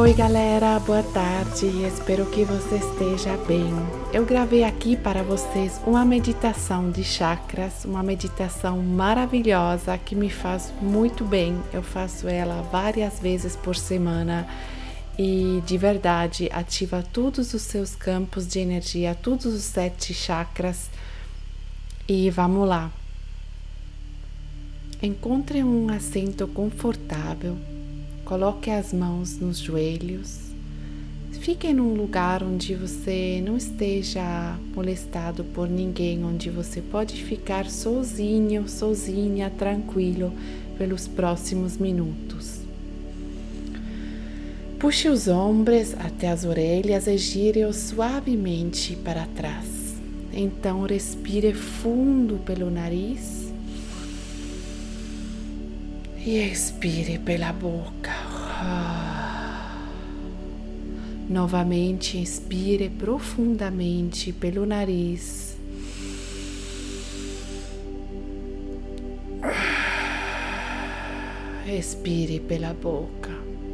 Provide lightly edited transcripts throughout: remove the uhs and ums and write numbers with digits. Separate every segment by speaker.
Speaker 1: Oi galera, boa tarde, espero que você esteja bem. Eu gravei aqui para vocês uma meditação de chakras, uma meditação maravilhosa que me faz muito bem. Eu faço ela várias vezes por semana e de verdade ativa todos os seus campos de energia, todos os 7 chakras. E vamos lá. Encontre um assento confortável. Coloque as mãos nos joelhos. Fique num lugar onde você não esteja molestado por ninguém, onde você pode ficar sozinho, sozinha, tranquilo pelos próximos minutos. Puxe os ombros até as orelhas e gire-os suavemente para trás. Então respire fundo pelo nariz. E expire pela boca. Novamente, inspire profundamente pelo nariz. Expire pela boca.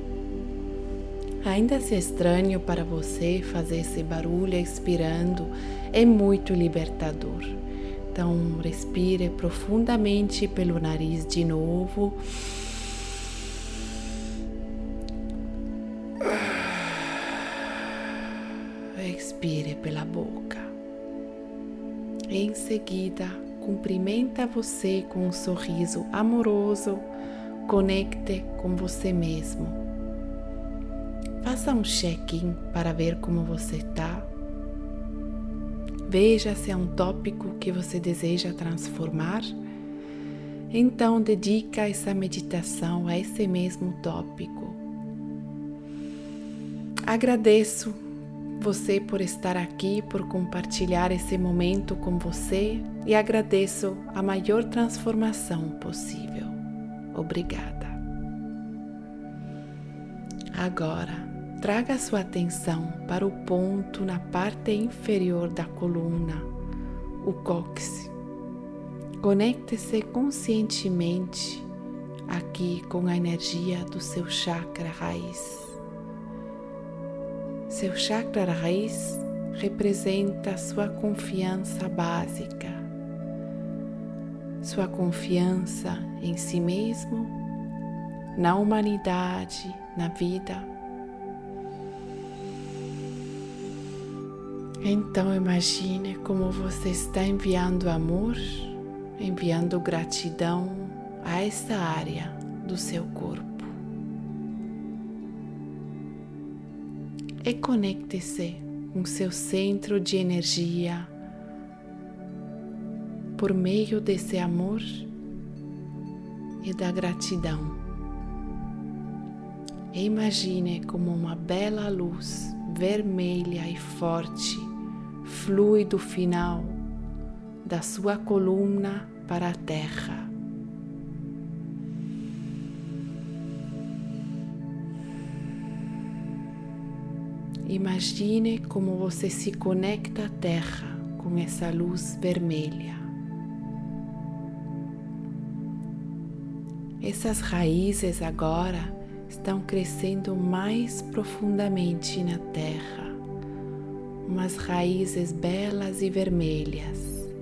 Speaker 1: Ainda se é estranho para você fazer esse barulho expirando, é muito libertador. Então, respire profundamente pelo nariz de novo. Expire pela boca. Em seguida, cumprimenta você com um sorriso amoroso. Conecte com você mesmo. Faça um check-in para ver como você está. Veja se é um tópico que você deseja transformar. Então, dedica essa meditação a esse mesmo tópico. Agradeço você por estar aqui, por compartilhar esse momento com você e agradeço a maior transformação possível. Obrigada. Agora, traga sua atenção para o ponto na parte inferior da coluna, o cóccix. Conecte-se conscientemente aqui com a energia do seu chakra raiz. Seu chakra raiz representa sua confiança básica, sua confiança em si mesmo, na humanidade, na vida. Então imagine como você está enviando amor, enviando gratidão a essa área do seu corpo. E conecte-se com seu centro de energia por meio desse amor e da gratidão. E imagine como uma bela luz vermelha e forte flui do final da sua coluna para a terra. Imagine como você se conecta à terra com essa luz vermelha. Essas raízes agora estão crescendo mais profundamente na terra. Umas raízes belas e vermelhas,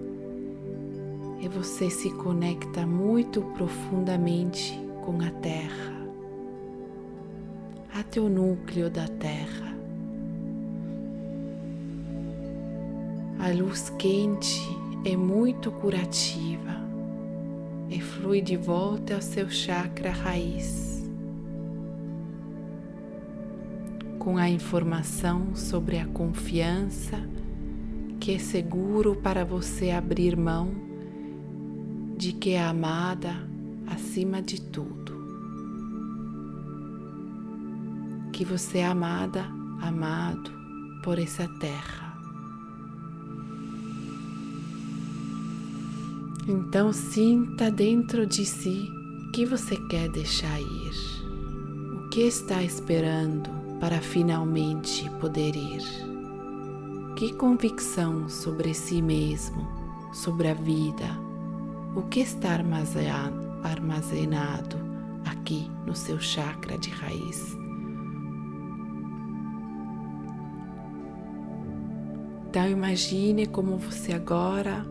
Speaker 1: e você se conecta muito profundamente com a terra, até o núcleo da terra. A luz quente é muito curativa e flui de volta ao seu chakra raiz, com a informação sobre a confiança que é seguro para você abrir mão de que é amada acima de tudo. Que você é amada, amado por essa terra. Então sinta dentro de si o que você quer deixar ir, o que está esperando para finalmente poder ir. Que convicção sobre si mesmo, sobre a vida, o que está armazenado aqui no seu chakra de raiz. Então imagine como você agora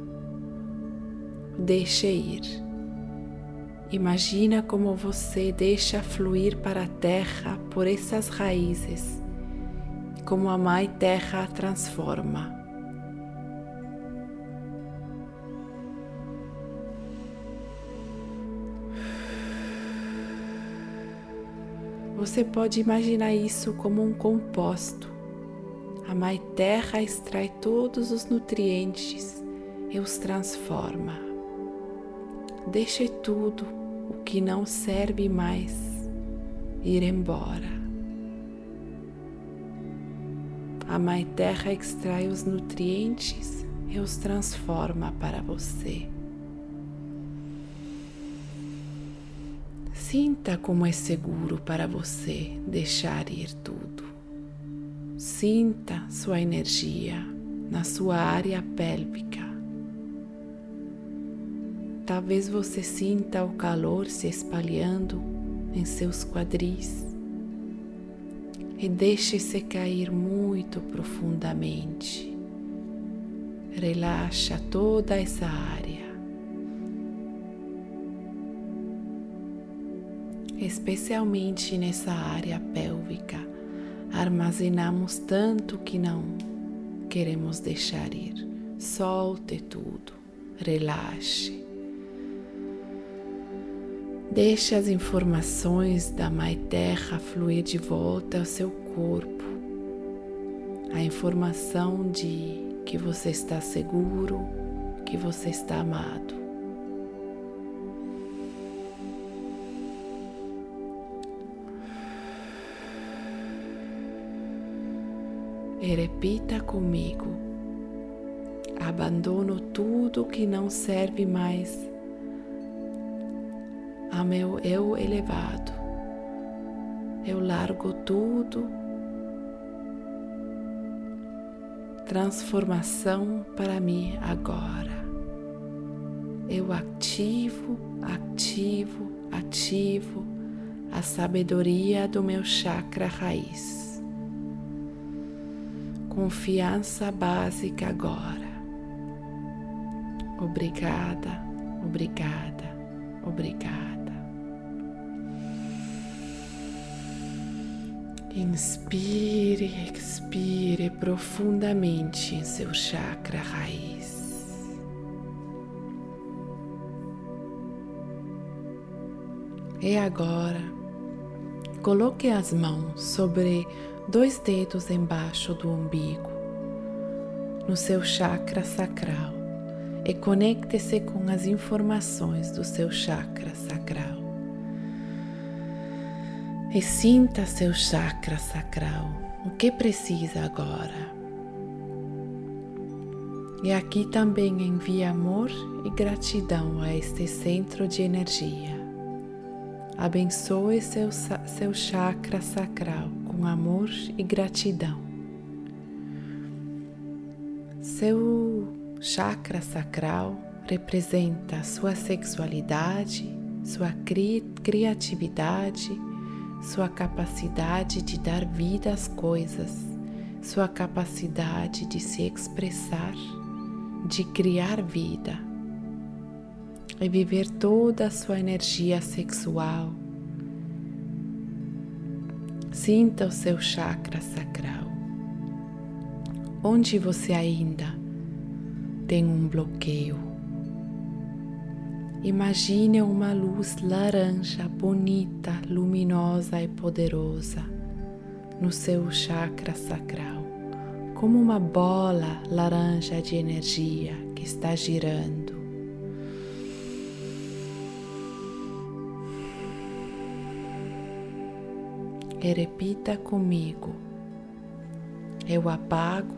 Speaker 1: deixa ir. Imagina como você deixa fluir para a terra por essas raízes, como a Mãe Terra a transforma. Você pode imaginar isso como um composto. A Mãe Terra extrai todos os nutrientes e os transforma. Deixe tudo o que não serve mais ir embora. A Mãe Terra extrai os nutrientes e os transforma para você. Sinta como é seguro para você deixar ir tudo. Sinta sua energia na sua área pélvica. Talvez você sinta o calor se espalhando em seus quadris e deixe-se cair muito profundamente. Relaxa toda essa área. Especialmente nessa área pélvica, armazenamos tanto que não queremos deixar ir. Solte tudo, relaxe. Deixe as informações da Mãe Terra fluir de volta ao seu corpo. A informação de que você está seguro, que você está amado. E repita comigo: abandono tudo que não serve mais a meu eu elevado. Eu largo tudo. Transformação para mim agora. Eu ativo a sabedoria do meu chakra raiz. Confiança básica agora. Obrigada, obrigada, obrigada. Inspire, expire profundamente em seu chakra raiz. E agora, coloque as mãos sobre 2 dedos embaixo do umbigo, no seu chakra sacral, e conecte-se com as informações do seu chakra sacral. E sinta seu chakra sacral, o que precisa agora. E aqui também envia amor e gratidão a este centro de energia. Abençoe seu chakra sacral com amor e gratidão. Seu chakra sacral representa sua sexualidade, sua criatividade, sua capacidade de dar vida às coisas, sua capacidade de se expressar, de criar vida e viver toda a sua energia sexual. Sinta o seu chakra sacral. Onde você ainda tem um bloqueio? Imagine uma luz laranja, bonita, luminosa e poderosa no seu chakra sacral, como uma bola laranja de energia que está girando. E repita comigo: eu apago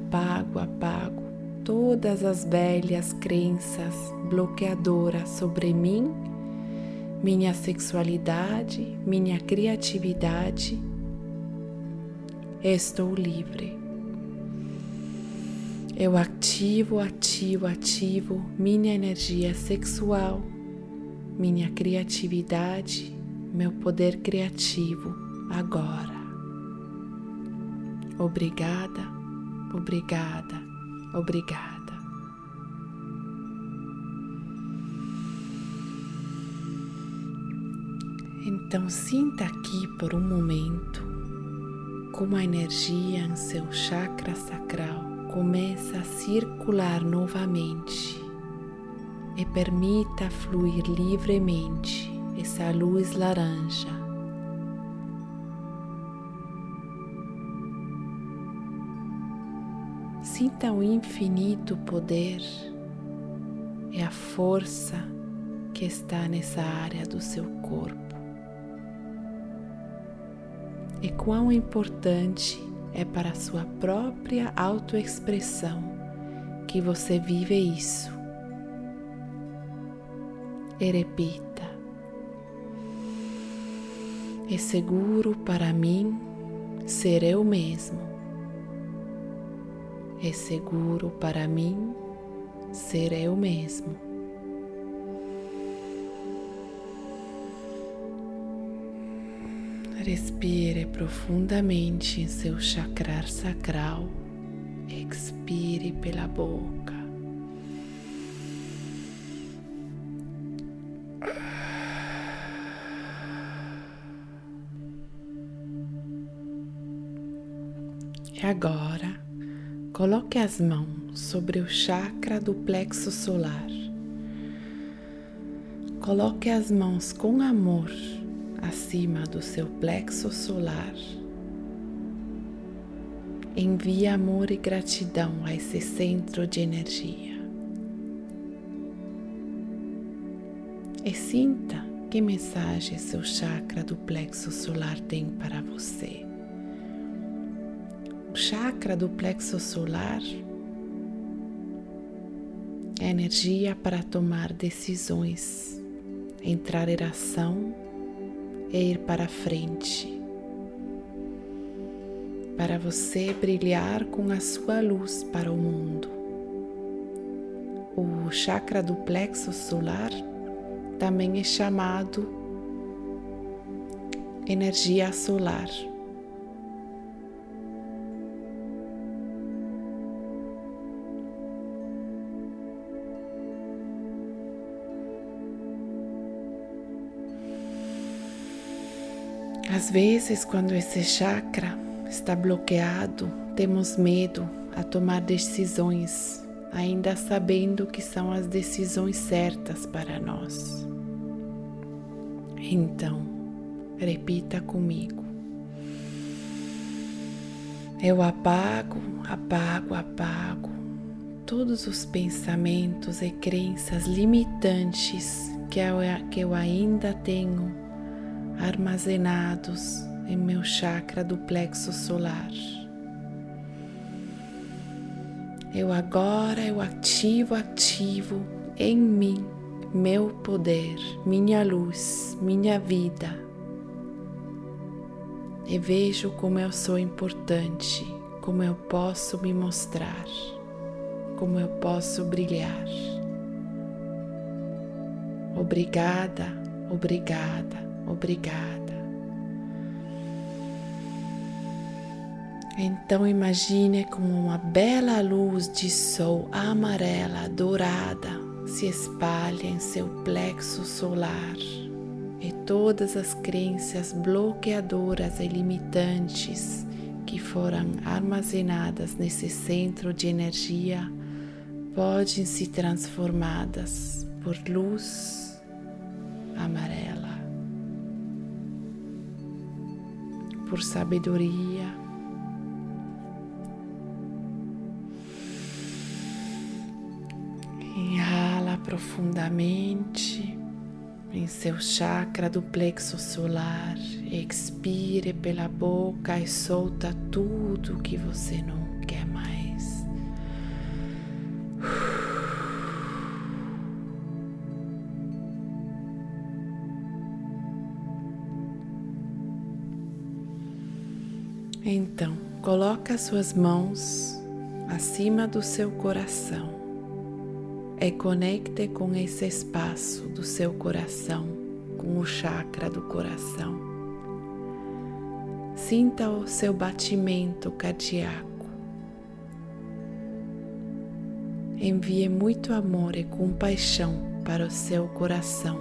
Speaker 1: todas as velhas crenças bloqueadoras sobre mim, minha sexualidade, minha criatividade. Estou livre. Eu ativo minha energia sexual, minha criatividade, meu poder criativo agora. Obrigada, obrigada, obrigada. Então sinta aqui por um momento como a energia em seu chakra sacral começa a circular novamente e permita fluir livremente essa luz laranja. Sinta o infinito poder e a força que está nessa área do seu corpo. E quão importante é para a sua própria autoexpressão que você vive isso. E repita: é seguro para mim ser eu mesmo. É seguro para mim ser eu mesmo. Respire profundamente em seu chakra sacral. Expire pela boca. E agora, coloque as mãos sobre o chakra do plexo solar. Coloque as mãos com amor acima do seu plexo solar. Envie amor e gratidão a esse centro de energia. E sinta que mensagem seu chakra do plexo solar tem para você. O chakra do plexo solar é energia para tomar decisões, entrar em ação e ir para frente, para você brilhar com a sua luz para o mundo. O chakra do plexo solar também é chamado energia solar. Às vezes, quando esse chakra está bloqueado, temos medo a tomar decisões, ainda sabendo que são as decisões certas para nós. Então, repita comigo: eu apago todos os pensamentos e crenças limitantes que eu ainda tenho armazenados em meu chakra do plexo solar. Eu ativo em mim meu poder, minha luz, minha vida. E vejo como eu sou importante, como eu posso me mostrar, como eu posso brilhar. Obrigada, obrigada, obrigada. Então imagine como uma bela luz de sol amarela, dourada, se espalha em seu plexo solar e todas as crenças bloqueadoras e limitantes que foram armazenadas nesse centro de energia podem se transformadas por luz amarela, por sabedoria, inhala profundamente em seu chakra do plexo solar, expire pela boca e solta tudo que você não quer mais. Então, coloca suas mãos acima do seu coração e conecte com esse espaço do seu coração, com o chakra do coração. Sinta o seu batimento cardíaco. envie muito amor e compaixão para o seu coração.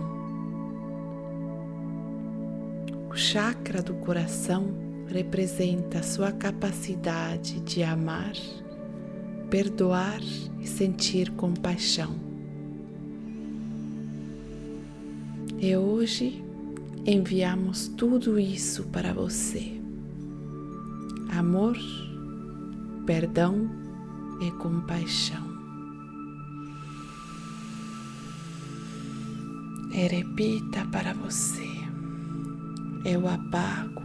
Speaker 1: O chakra do coração representa a sua capacidade de amar, perdoar e sentir compaixão. E hoje enviamos tudo isso para você. Amor, perdão e compaixão. E repita para você: eu apago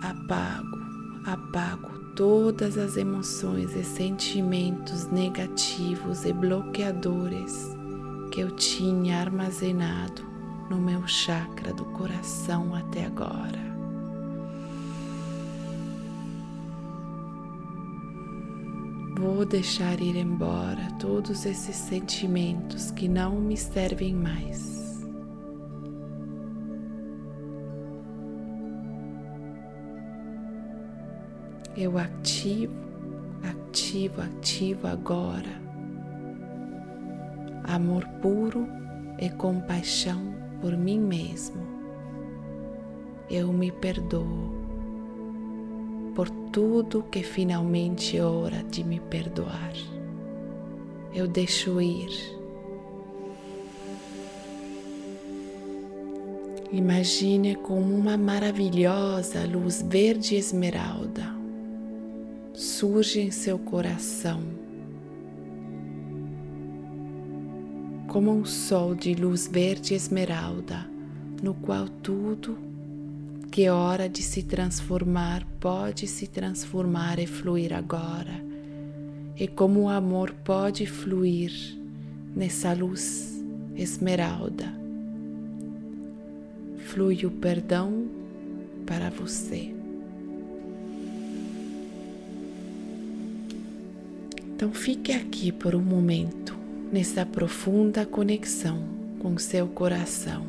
Speaker 1: todas as emoções e sentimentos negativos e bloqueadores que eu tinha armazenado no meu chakra do coração até agora. Vou deixar ir embora todos esses sentimentos que não me servem mais. Eu ativo agora amor puro e compaixão por mim mesmo. Eu me perdoo por tudo que finalmente é hora de me perdoar. Eu deixo ir. Imagine como uma maravilhosa luz verde esmeralda surge em seu coração, como um sol de luz verde esmeralda, no qual tudo que é hora de se transformar pode se transformar e fluir agora, e como o amor pode fluir nessa luz esmeralda, flui o perdão para você. Então fique aqui por um momento, nessa profunda conexão com seu coração.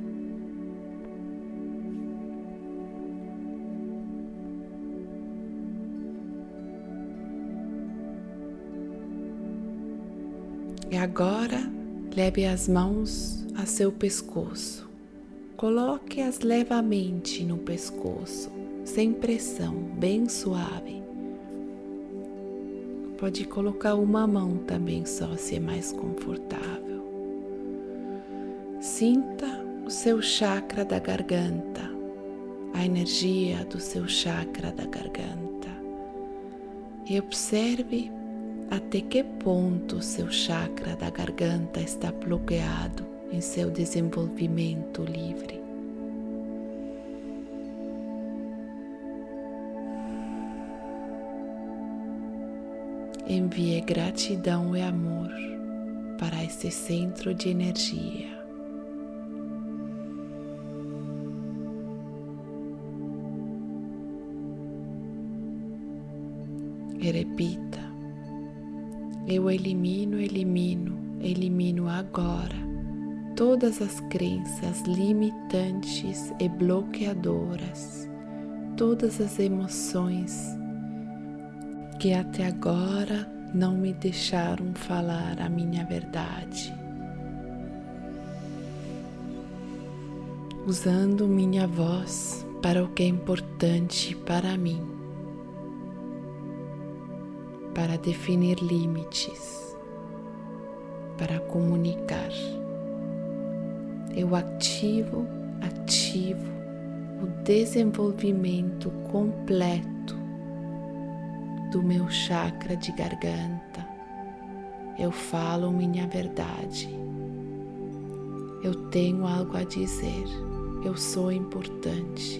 Speaker 1: E agora, leve as mãos a seu pescoço. Coloque-as levemente no pescoço, sem pressão, bem suave. Pode colocar uma mão também só, se é mais confortável. Sinta o seu chakra da garganta, a energia do seu chakra da garganta. E observe até que ponto o seu chakra da garganta está bloqueado em seu desenvolvimento livre. Envie gratidão e amor para esse centro de energia. E repita: eu elimino agora todas as crenças limitantes e bloqueadoras, todas as emoções que até agora não me deixaram falar a minha verdade. Usando minha voz para o que é importante para mim, para definir limites, para comunicar. Eu ativo o desenvolvimento completo do meu chakra de garganta. Eu falo minha verdade. Eu tenho algo a dizer. Eu sou importante.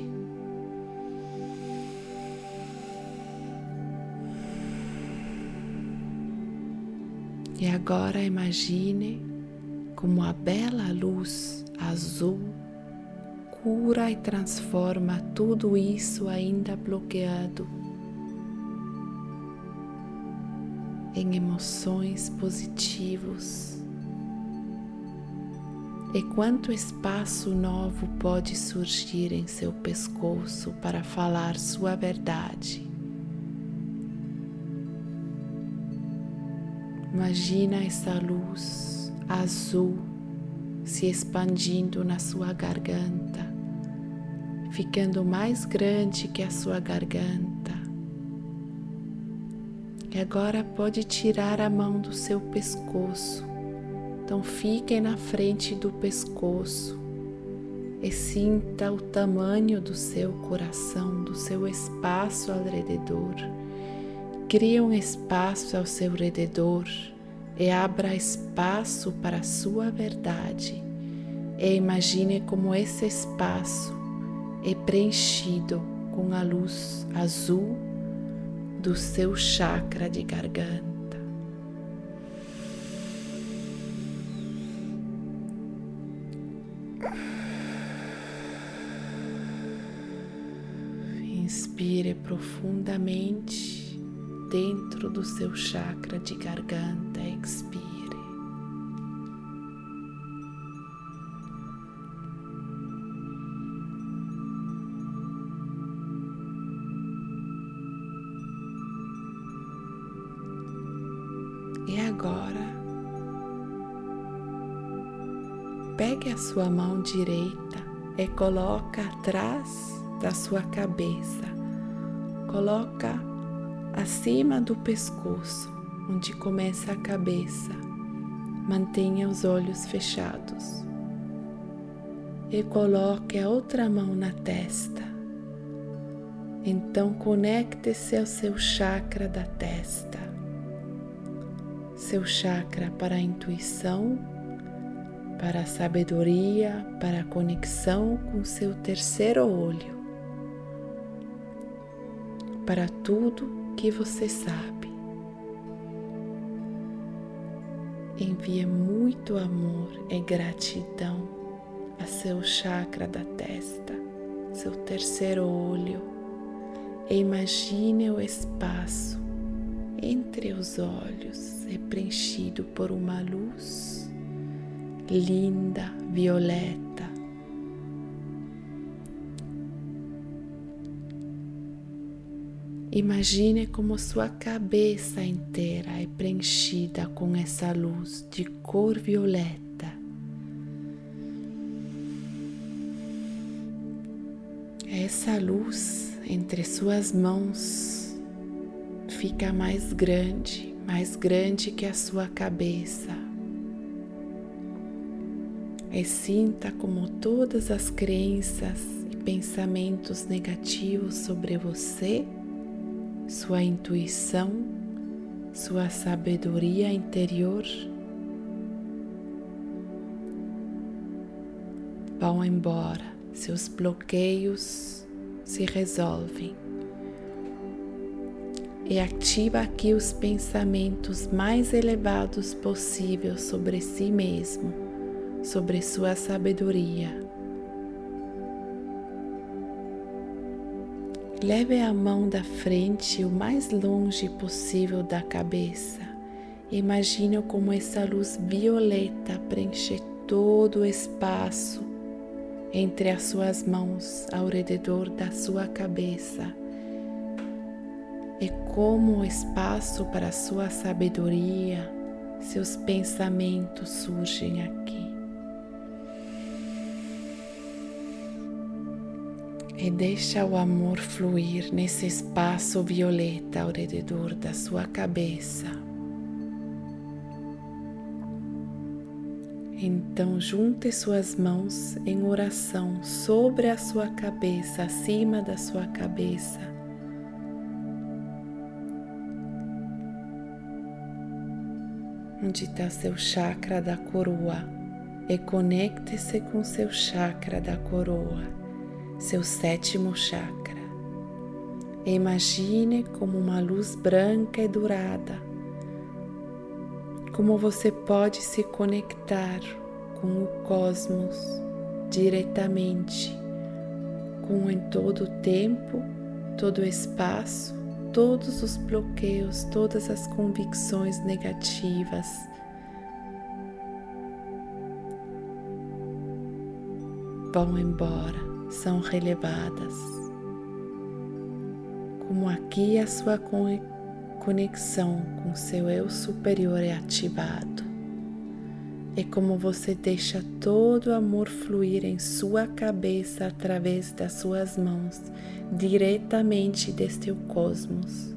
Speaker 1: E agora imagine como a bela luz azul cura e transforma tudo isso ainda bloqueado em emoções positivas. E quanto espaço novo pode surgir em seu pescoço para falar sua verdade. Imagina essa luz azul se expandindo na sua garganta, ficando mais grande que a sua garganta. E agora pode tirar a mão do seu pescoço. Então fique na frente do pescoço e sinta o tamanho do seu coração, do seu espaço ao redor. Crie um espaço ao seu redor e abra espaço para a sua verdade. E imagine como esse espaço é preenchido com a luz azul do seu chakra de garganta. Inspire profundamente dentro do seu chakra de garganta, expire. E agora, pegue a sua mão direita e coloca atrás da sua cabeça. Coloca acima do pescoço, onde começa a cabeça. Mantenha os olhos fechados. E coloque a outra mão na testa. Então conecte-se ao seu chakra da testa. Seu chakra para a intuição, para a sabedoria, para a conexão com seu terceiro olho, para tudo que você sabe. Envie muito amor e gratidão a seu chakra da testa, seu terceiro olho, e imagine o espaço entre os olhos é preenchido por uma luz linda, violeta. Imagine como sua cabeça inteira é preenchida com essa luz de cor violeta. Essa luz entre suas mãos fica mais grande que a sua cabeça. E sinta como todas as crenças e pensamentos negativos sobre você, sua intuição, sua sabedoria interior vão embora, seus bloqueios se resolvem. E ativa aqui os pensamentos mais elevados possíveis sobre si mesmo, sobre sua sabedoria. Leve a mão da frente o mais longe possível da cabeça. Imagine como essa luz violeta preenche todo o espaço entre as suas mãos ao redor da sua cabeça. E como o espaço para a sua sabedoria, seus pensamentos surgem aqui. E deixa o amor fluir nesse espaço violeta ao redor da sua cabeça. Então junte suas mãos em oração sobre a sua cabeça, acima da sua cabeça. Onde está seu chakra da coroa, e conecte-se com seu chakra da coroa, seu sétimo chakra. E imagine como uma luz branca e dourada, como você pode se conectar com o cosmos diretamente, com em todo o tempo, todo o espaço, todos os bloqueios, todas as convicções negativas. Vão embora, são relevadas. Como aqui a sua conexão com seu eu superior é ativado. É como você deixa todo o amor fluir em sua cabeça através das suas mãos, diretamente deste o cosmos.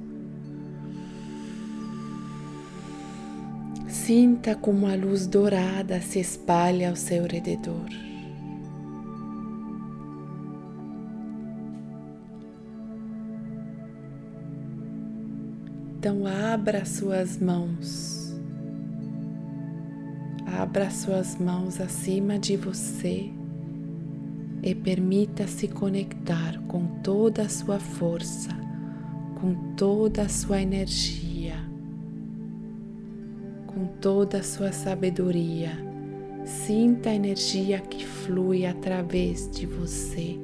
Speaker 1: Sinta como a luz dourada se espalha ao seu redor. Então abra suas mãos. Abra suas mãos acima de você e permita-se conectar com toda a sua força, com toda a sua energia, com toda a sua sabedoria. Sinta a energia que flui através de você,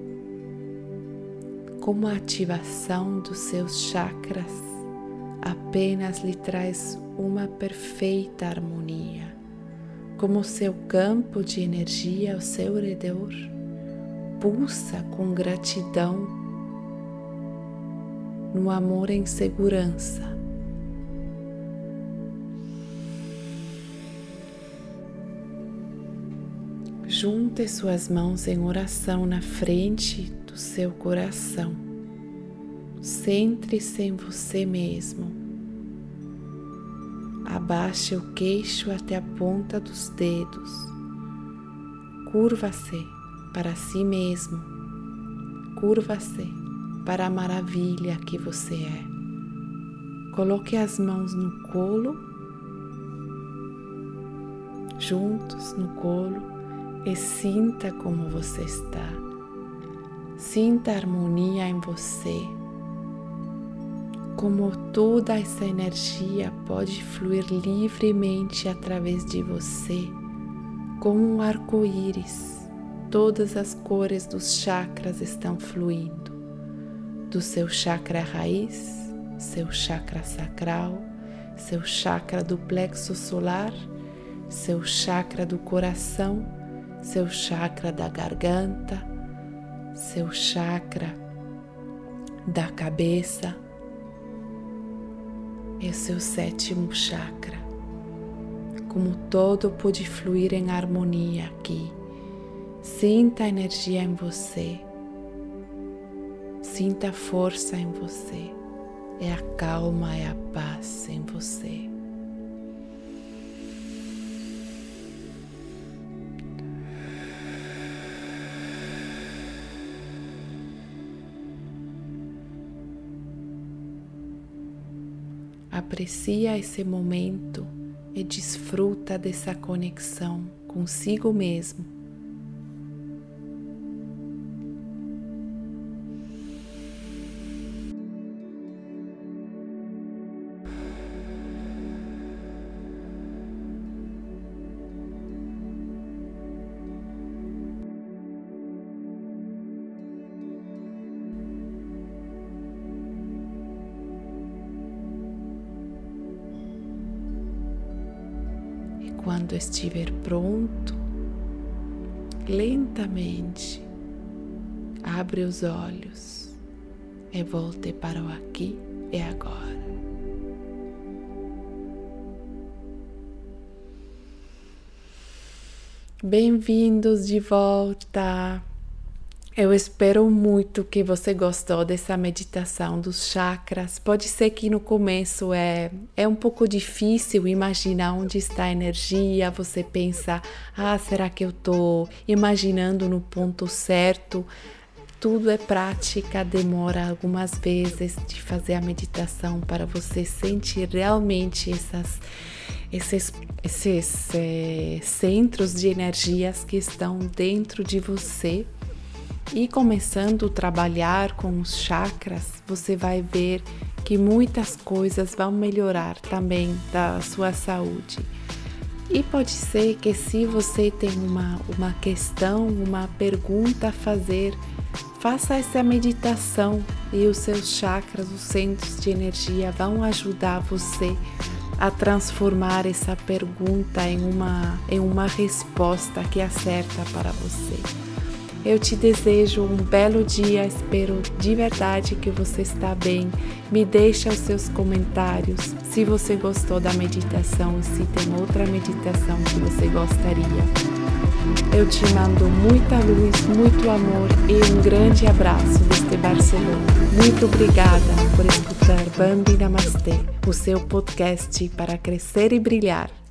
Speaker 1: como a ativação dos seus chakras apenas lhe traz uma perfeita harmonia, como seu campo de energia ao seu redor pulsa com gratidão, no amor em segurança. Junte suas mãos em oração na frente do seu coração. Centre-se em você mesmo. Abaixe o queixo até a ponta dos dedos. Curva-se para si mesmo. Curva-se para a maravilha que você é. Coloque as mãos no colo, juntos no colo, e sinta como você está. Sinta a harmonia em você. Como toda essa energia pode fluir livremente através de você, como um arco-íris. Todas as cores dos chakras estão fluindo, do seu chakra raiz, seu chakra sacral, seu chakra do plexo solar, seu chakra do coração, seu chakra da garganta, seu chakra da cabeça, e o seu sétimo chakra. Como todo pode fluir em harmonia aqui. Sinta a energia em você. Sinta a força em você. É a calma, é a paz em você. Aprecia esse momento e desfruta dessa conexão consigo mesmo. Quando estiver pronto, lentamente abre os olhos e volte para o aqui e agora. Bem-vindos de volta! Eu espero muito que você gostou dessa meditação dos chakras. Pode ser que no começo é um pouco difícil imaginar onde está a energia. Você pensa, será que eu estou imaginando no ponto certo? Tudo é prática, demora algumas vezes de fazer a meditação para você sentir realmente esses centros de energias que estão dentro de você. E começando a trabalhar com os chakras, você vai ver que muitas coisas vão melhorar também da sua saúde. E pode ser que se você tem uma questão, uma pergunta a fazer, faça essa meditação e os seus chakras, os centros de energia vão ajudar você a transformar essa pergunta em uma resposta que acerta para você. Eu te desejo um belo dia, espero de verdade que você está bem. Me deixa os seus comentários se você gostou da meditação e se tem outra meditação que você gostaria. Eu te mando muita luz, muito amor e um grande abraço desde Barcelona. Muito obrigada por escutar Bambi Namastê, o seu podcast para crescer e brilhar.